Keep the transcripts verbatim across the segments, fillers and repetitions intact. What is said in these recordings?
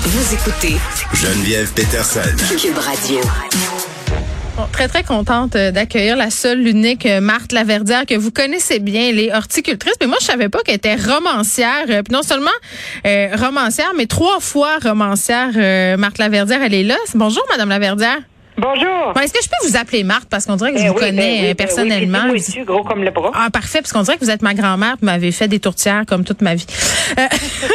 Vous écoutez Geneviève Peterson. Cube Radio. Bon, très, très contente d'accueillir la seule, l'unique Marthe Laverdière que vous connaissez bien, les horticultrices. Mais moi, je savais pas qu'elle était romancière. Puis non seulement euh, romancière, mais trois fois romancière. Euh, Marthe Laverdière, elle est là. Bonjour, Madame Laverdière. Bonjour. Bon, est-ce que je peux vous appeler Marthe? Parce qu'on dirait que je ben vous oui, connais ben oui, personnellement. Ben oui, dessus, gros comme le bras. Ah, parfait, parce qu'on dirait que vous êtes ma grand-mère, vous m'avez fait des tourtières comme toute ma vie. Euh,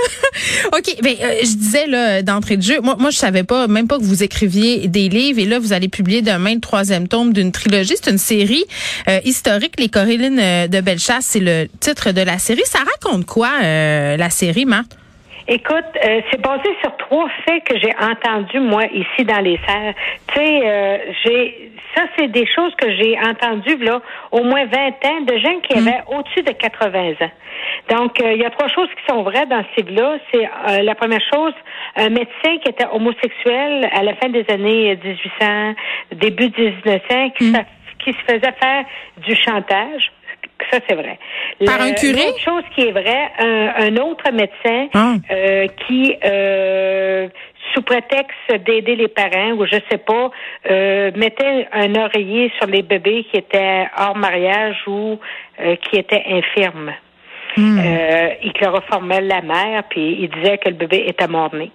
OK, ben euh, je disais là d'entrée de jeu, moi moi je savais pas même pas que vous écriviez des livres et là vous allez publier demain le troisième tome d'une trilogie, c'est une série euh, historique, Les Corélines de Bellechasse, c'est le titre de la série. Ça raconte quoi euh, la série, Marthe? Écoute, euh, c'est basé sur trois faits que j'ai entendus, moi, ici dans les serres. Tu sais, euh, j'ai ça, c'est des choses que j'ai entendues, là, au moins vingt ans, de gens qui avaient mmh. au-dessus de quatre-vingts ans. Donc, euh, il y a trois choses qui sont vraies dans ce livre-là. C'est euh, la première chose, un médecin qui était homosexuel à la fin des années dix-huit cents, début dix-neuf cents, qui, mmh. sa, qui se faisait faire du chantage. Ça, c'est vrai. Par un curé? L'autre chose qui est vraie, un, un autre médecin ah. euh, qui, euh, sous prétexte d'aider les parents, ou je sais pas, euh, mettait un oreiller sur les bébés qui étaient hors mariage ou euh, qui étaient infirmes. Mm. Euh, il chloroformait la mère, puis il disait que le bébé était mort-né.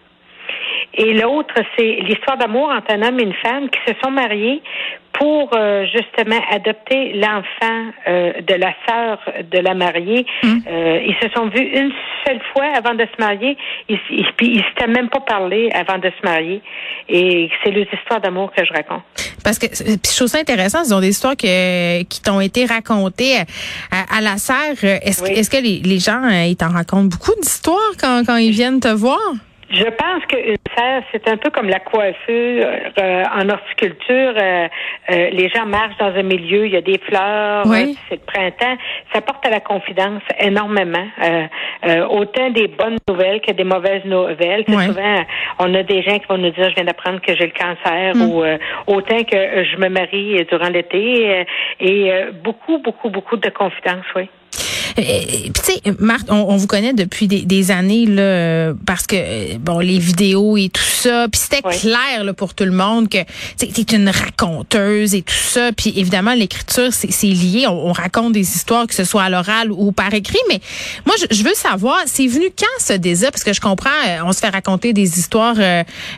Et l'autre, c'est l'histoire d'amour entre un homme et une femme qui se sont mariés pour euh, justement adopter l'enfant euh, de la sœur de la mariée. Mmh. Euh, ils se sont vus une seule fois avant de se marier, ils, ils, puis ils s'étaient même pas parlé avant de se marier. Et c'est les histoires d'amour que je raconte. Parce que puis je trouve ça intéressant, ce sont des histoires que, qui t'ont été racontées à, à la serre. Est-ce, oui. est-ce que les, les gens ils t'en racontent beaucoup d'histoires quand, quand ils viennent te voir? Je pense qu'une serre, c'est un peu comme la coiffure euh, en horticulture. Euh, euh, les gens marchent dans un milieu, il y a des fleurs, oui. euh, c'est le printemps. Ça porte à la confidence énormément. Euh, euh, autant des bonnes nouvelles que des mauvaises nouvelles. Oui. Souvent, on a des gens qui vont nous dire, je viens d'apprendre que j'ai le cancer, mm. ou euh, autant que euh, je me marie durant l'été. Euh, et euh, beaucoup, beaucoup, beaucoup de confidences, oui. Puis tu sais, Marthe, on, on vous connaît depuis des, des années là, parce que bon, les vidéos et tout ça, puis c'était oui. clair là, pour tout le monde que tu es une raconteuse et tout ça. Puis évidemment, l'écriture c'est, c'est lié. On, on raconte des histoires, que ce soit à l'oral ou par écrit. Mais moi, je, je veux savoir, c'est venu quand ce désir? Parce que je comprends, on se fait raconter des histoires euh,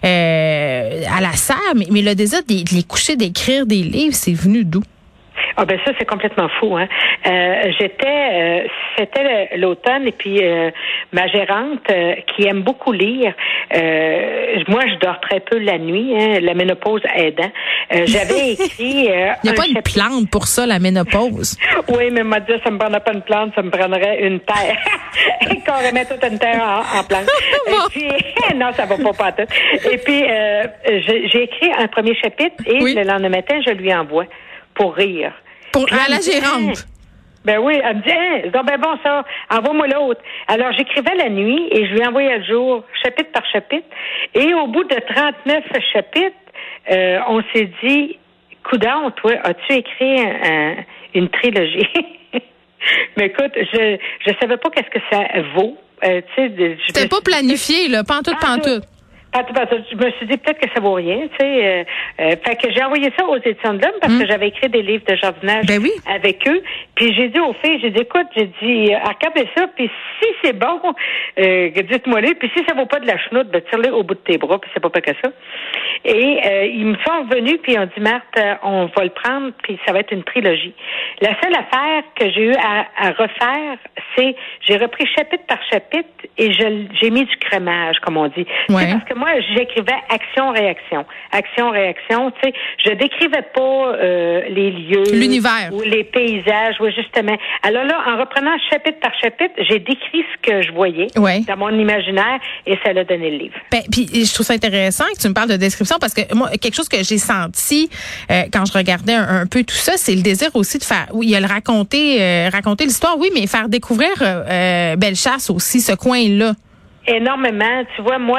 euh, à la serre, mais, mais le désir de, de les coucher, d'écrire des livres, c'est venu d'où? Ah ben ça c'est complètement fou hein. Euh, j'étais euh, c'était l'automne et puis euh, ma gérante euh, qui aime beaucoup lire. Euh, moi je dors très peu la nuit, hein, la ménopause aidant. Euh, j'avais écrit. Euh, Il n'y a pas une chapitre... plante pour ça la ménopause. Oui, mais elle m'a dit ça me prendrait pas une plante, ça me prendrait une terre. Qu'on remet toute une terre en, en plante. Et puis non ça va pas pas tout. Et puis euh, j'ai, j'ai écrit un premier chapitre et oui. le lendemain matin je lui envoie pour rire. Pour, à la gérante. Ben oui, elle me dit, hein, c'est ben bon ça, envoie-moi l'autre. Alors, j'écrivais la nuit et je lui envoyais le jour, chapitre par chapitre. Et au bout de trente-neuf chapitres, euh, on s'est dit, coudonc, toi, as-tu écrit un, un, une trilogie? Mais écoute, je je savais pas qu'est-ce que ça vaut. Euh, tu sais, C'était pas planifié, là, pantoute, pantoute. Je me suis dit peut-être que ça vaut rien, tu sais. Euh, euh, fait que j'ai envoyé ça aux éditions de l'Homme parce mmh. que j'avais écrit des livres de jardinage ben oui. avec eux. Puis j'ai dit aux filles, j'ai dit écoute, j'ai dit regardez ça, puis si c'est bon, euh, dites-moi-le. Puis si ça vaut pas de la chenoute, ben tire-le au bout de tes bras, puis c'est pas pas que ça. Et euh, ils me sont venus puis ils ont dit Marthe, on va le prendre, puis ça va être une trilogie. La seule affaire que j'ai eu à, à refaire, c'est j'ai repris chapitre par chapitre et je, j'ai mis du crémage, comme on dit. Ouais. C'est parce que moi, j'écrivais action-réaction. Action-réaction, tu sais, je décrivais pas euh, les lieux. L'univers. Ou les paysages, oui, justement. Alors là, en reprenant chapitre par chapitre, j'ai décrit ce que je voyais ouais. dans mon imaginaire et ça l'a donné le livre. Ben, puis je trouve ça intéressant que tu me parles de description parce que moi, quelque chose que j'ai senti euh, quand je regardais un, un peu tout ça, c'est le désir aussi de faire, oui, il y a le raconter, euh, raconter l'histoire, oui, mais faire découvrir euh, Bellechasse aussi, ce coin-là. Énormément. Tu vois, moi,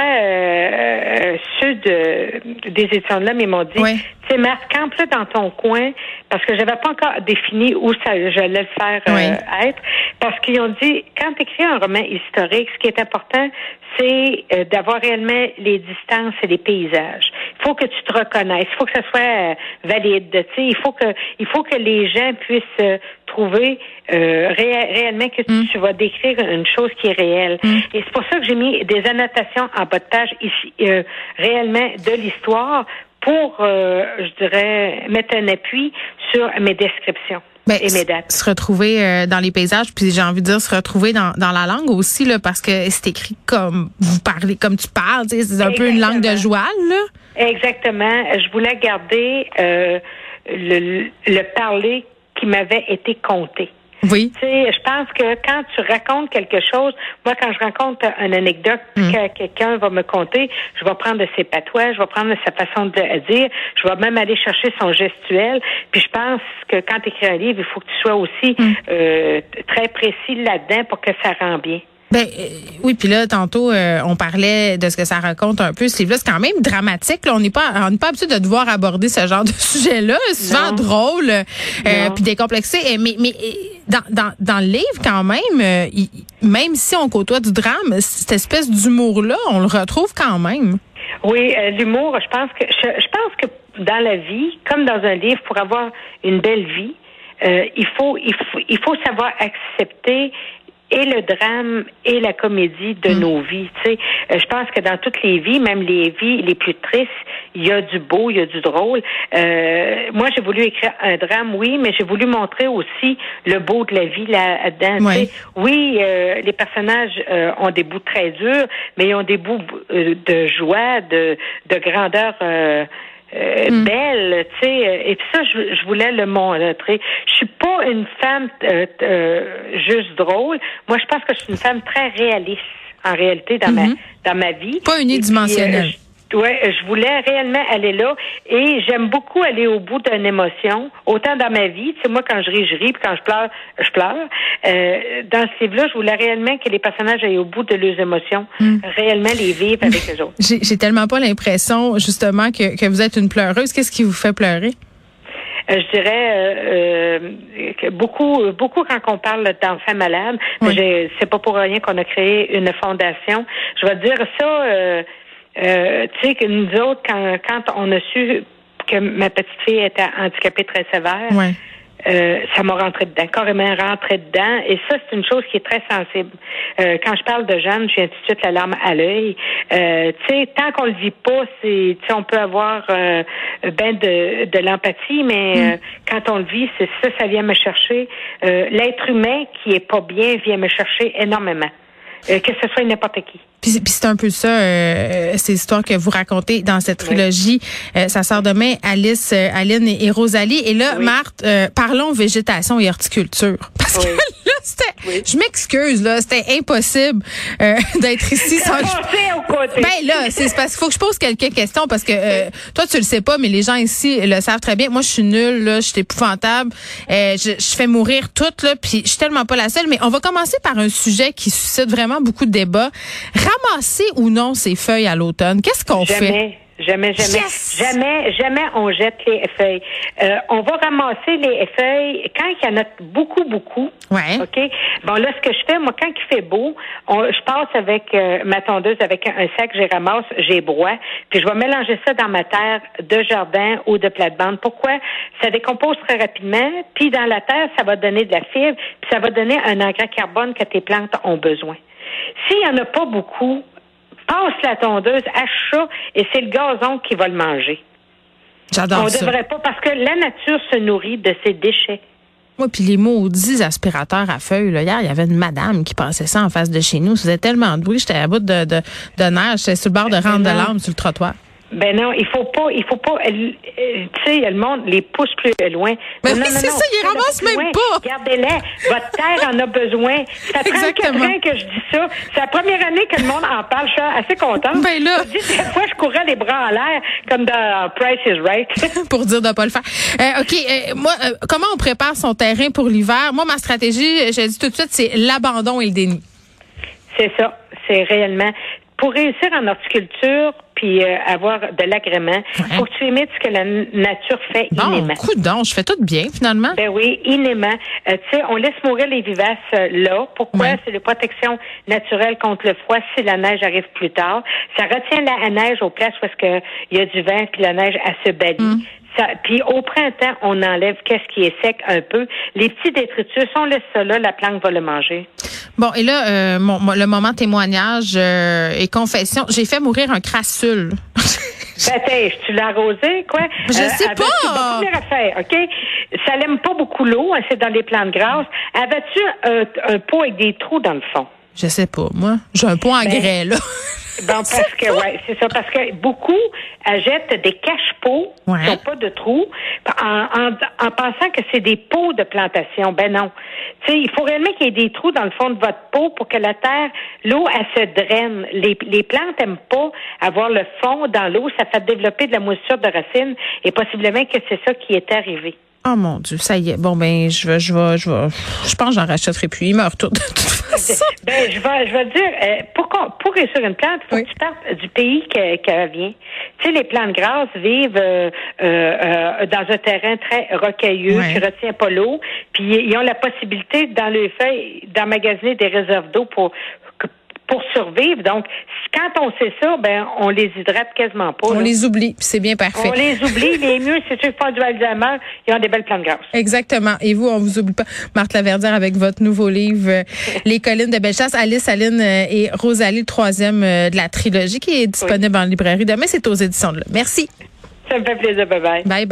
euh, ceux de, des éditions de l'Homme, ils m'ont dit, ouais. tu sais, Marthe, campe-le dans ton coin, parce que j'avais pas encore défini où ça, j'allais le faire euh, ouais. être, parce qu'ils ont dit, quand tu écris un roman historique, ce qui est important, c'est euh, d'avoir réellement les distances et les paysages. Il faut que tu te reconnaisses, il faut que ça soit euh, valide. Tu sais, il faut que il faut que les gens puissent euh, trouver euh, ré- réellement que tu, mm. tu vas décrire une chose qui est réelle. Mm. Et c'est pour ça que j'ai mis des annotations en bas de page ici, euh, réellement de l'histoire, pour, euh, je dirais, mettre un appui sur mes descriptions. Ben, et mes dates. Se retrouver euh, dans les paysages, puis j'ai envie de dire se retrouver dans, dans la langue aussi, là, parce que c'est écrit comme vous parlez, comme tu parles, c'est un Exactement. peu une langue de joual, là. Exactement. Je voulais garder euh, le, le parler qui m'avait été conté. Oui. Tu sais, je pense que quand tu racontes quelque chose, moi, quand je raconte une anecdote mm. que quelqu'un va me conter, je vais prendre de ses patois, je vais prendre de sa façon de dire, je vais même aller chercher son gestuel. Puis je pense que quand tu écris un livre, il faut que tu sois aussi mm. euh, très précis là-dedans pour que ça rende bien. Ben euh, oui, puis là tantôt euh, on parlait de ce que ça raconte un peu ce livre-là, c'est quand même dramatique. Là. On n'est pas on n'est pas habitué de devoir aborder ce genre de sujet-là, c'est souvent non. drôle, euh, puis décomplexé. Mais mais dans dans dans le livre quand même, euh, il, même si on côtoie du drame, cette espèce d'humour-là, on le retrouve quand même. Oui, euh, l'humour, je pense que je, je pense que dans la vie, comme dans un livre, pour avoir une belle vie, euh, il faut il faut il faut savoir accepter et le drame et la comédie de mmh. nos vies. Tu sais, euh, je pense que dans toutes les vies, même les vies les plus tristes, il y a du beau, il y a du drôle. Euh, moi, j'ai voulu écrire un drame, oui, mais j'ai voulu montrer aussi le beau de la vie là-dedans. Ouais. Tu sais, oui, euh, les personnages euh, ont des bouts très durs, mais ils ont des bouts euh, de joie, de, de grandeur. Euh, Euh, mm. belle, tu sais, et puis ça, je, je voulais le montrer. Je suis pas une femme euh, euh, juste drôle. Moi, je pense que je suis une femme très réaliste, en réalité, dans mm-hmm. ma dans ma vie. Pas unidimensionnelle. Ouais, je voulais réellement aller là et j'aime beaucoup aller au bout d'une émotion, autant dans ma vie, tu sais, moi quand je ris, je ris, puis quand je pleure, je pleure. Euh, dans ce livre-là, je voulais réellement que les personnages aillent au bout de leurs émotions, mm. réellement les vivre avec eux autres. J'ai, j'ai tellement pas l'impression, justement, que, que vous êtes une pleureuse. Qu'est-ce qui vous fait pleurer? Euh, je dirais euh, que beaucoup, beaucoup quand on parle d'enfants malades, oui. je, c'est pas pour rien qu'on a créé une fondation. Je vais dire ça... Euh, Euh, tu sais que nous autres, quand, quand on a su que ma petite fille était handicapée très sévère, ouais. euh, ça m'a rentré dedans, carrément rentré dedans. Et ça, c'est une chose qui est très sensible. Euh, quand je parle de Jeanne, j'ai tout de suite la larme à l'œil. Euh, tu sais, tant qu'on le vit pas, c'est, tu sais, on peut avoir euh, ben de, de l'empathie, mais mm. euh, quand on le vit, c'est ça, ça vient me chercher. Euh, l'être humain qui est pas bien vient me chercher énormément. Euh, que ce soit n'importe qui. Puis, puis c'est un peu ça, euh, ces histoires que vous racontez dans cette trilogie. Oui. Euh, ça sort demain, Alice, euh, Aline et, et Rosalie. Et là, oui. Marthe, euh, parlons végétation et horticulture. Parce oui. que là, c'était, oui. je m'excuse, là, c'était impossible euh, d'être ici sans... au côté. Ben là, c'est parce qu'il faut que je pose quelques questions parce que euh, toi, tu le sais pas, mais les gens ici le savent très bien. Moi, je suis nulle, là, je suis épouvantable. Euh, je, je fais mourir toute, là, puis je suis tellement pas la seule. Mais on va commencer par un sujet qui suscite vraiment beaucoup de débats. Ramasser ou non ces feuilles à l'automne, qu'est-ce qu'on jamais, fait? Jamais, jamais, yes! jamais, jamais on jette les feuilles. Euh, on va ramasser les feuilles quand il y en a beaucoup, beaucoup. Ouais. OK? Bon, là, ce que je fais, moi, quand il fait beau, on, je passe avec euh, ma tondeuse, avec un, un sac, je ramasse, j'ai broie, puis je vais mélanger ça dans ma terre de jardin ou de plate-bande. Pourquoi? Ça décompose très rapidement, puis dans la terre, ça va donner de la fibre, puis ça va donner un engrais carbone que tes plantes ont besoin. S'il n'y en a pas beaucoup, passe la tondeuse, hache ça, et c'est le gazon qui va le manger. J'adore On ça. devrait pas, parce que la nature se nourrit de ses déchets. Moi, puis les maudits aspirateurs à feuilles, là, hier, il y avait une madame qui passait ça en face de chez nous. C'était tellement doué, j'étais à bout de, de, de nerfs, j'étais sur le bord de rendre de larmes sur le trottoir. Ben non, il faut pas, il faut pas, euh, tu sais, le monde les pousse plus loin. Mais non, oui, non, c'est non, ça, ils ramassent même loin. pas. Regardez-les, votre terre en a besoin. Ça fait trente-quatre ans que je dis ça. C'est la première année que le monde en parle. Je suis assez contente. Ben là. Je dis, des fois, je courais les bras en l'air, comme dans Price is Right. Pour dire de pas le faire. Euh, OK, euh, moi, euh, comment on prépare son terrain pour l'hiver? Moi, ma stratégie, je dis tout de suite, c'est l'abandon et le déni. C'est ça. C'est réellement... Pour réussir en horticulture, puis euh, avoir de l'agrément. Ouais. Faut que tu imites ce que la n- nature fait Bon, innément. coudonc, je fais tout bien, finalement. Ben oui, innément. Euh, tu sais, on laisse mourir les vivaces euh, là. Pourquoi? Ouais. C'est une protection naturelle contre le froid si la neige arrive plus tard. Ça retient la neige aux places où est-ce que il y a du vent puis la neige, elle se bannit. Mm. Ça, puis au printemps, on enlève qu'est-ce qui est sec un peu. Les petits détritus, on laisse ça là, la plante va le manger. Bon, et là, euh, mon, mon- le moment témoignage euh, et confession, j'ai fait mourir un crassule. Ben, t'es, tu l'as arrosé, quoi? Je sais avais-tu- pas. Bon, première affaire, OK? Ça l'aime pas beaucoup l'eau, hein, c'est dans les plantes grasses. Avais-tu un, un pot avec des trous dans le fond? Je sais pas, moi. J'ai un pot en Ben, grès, là. Bon, parce que, ouais, c'est ça, parce que beaucoup achètent des cache-pots Ouais. qui n'ont pas de trous en, en, en pensant que c'est des pots de plantation. Ben non. Tu sais, il faut réellement qu'il y ait des trous dans le fond de votre pot pour que la terre, l'eau, elle se draine. Les, les plantes n'aiment pas avoir le fond dans l'eau. Ça fait développer de la moisissure de racines et possiblement que c'est ça qui est arrivé. Oh mon Dieu, ça y est. Bon, ben, je vais, je vais, je vais. Je pense que j'en rachèterai plus. Il me retourne de toute façon. Ben, je vais, je vais te dire, euh, pour, qu'on- pour réussir une plante, il faut Oui. que tu partes du pays que- qu'elle vient. Tu sais, les plantes grasses vivent euh, euh, euh, dans un terrain très rocailleux, Ouais. qui retient pas l'eau, puis ils ont la possibilité, dans les feuilles, d'emmagasiner des réserves d'eau pour pour survivre. Donc, quand on sait ça, ben, on les hydrate quasiment pas. On là. les oublie, puis c'est bien parfait. On les oublie. Les mieux, c'est ceux qui font du Alzheimer, ils ont des belles plantes grasses. Exactement. Et vous, on vous oublie pas. Marthe Laverdière avec votre nouveau livre, euh, Les collines de Bellechasse, Alice, Aline euh, et Rosalie, le troisième euh, de la trilogie qui est disponible en librairie. Demain, c'est aux éditions de là. Merci. Ça me fait plaisir. Bye bye. Bye bye.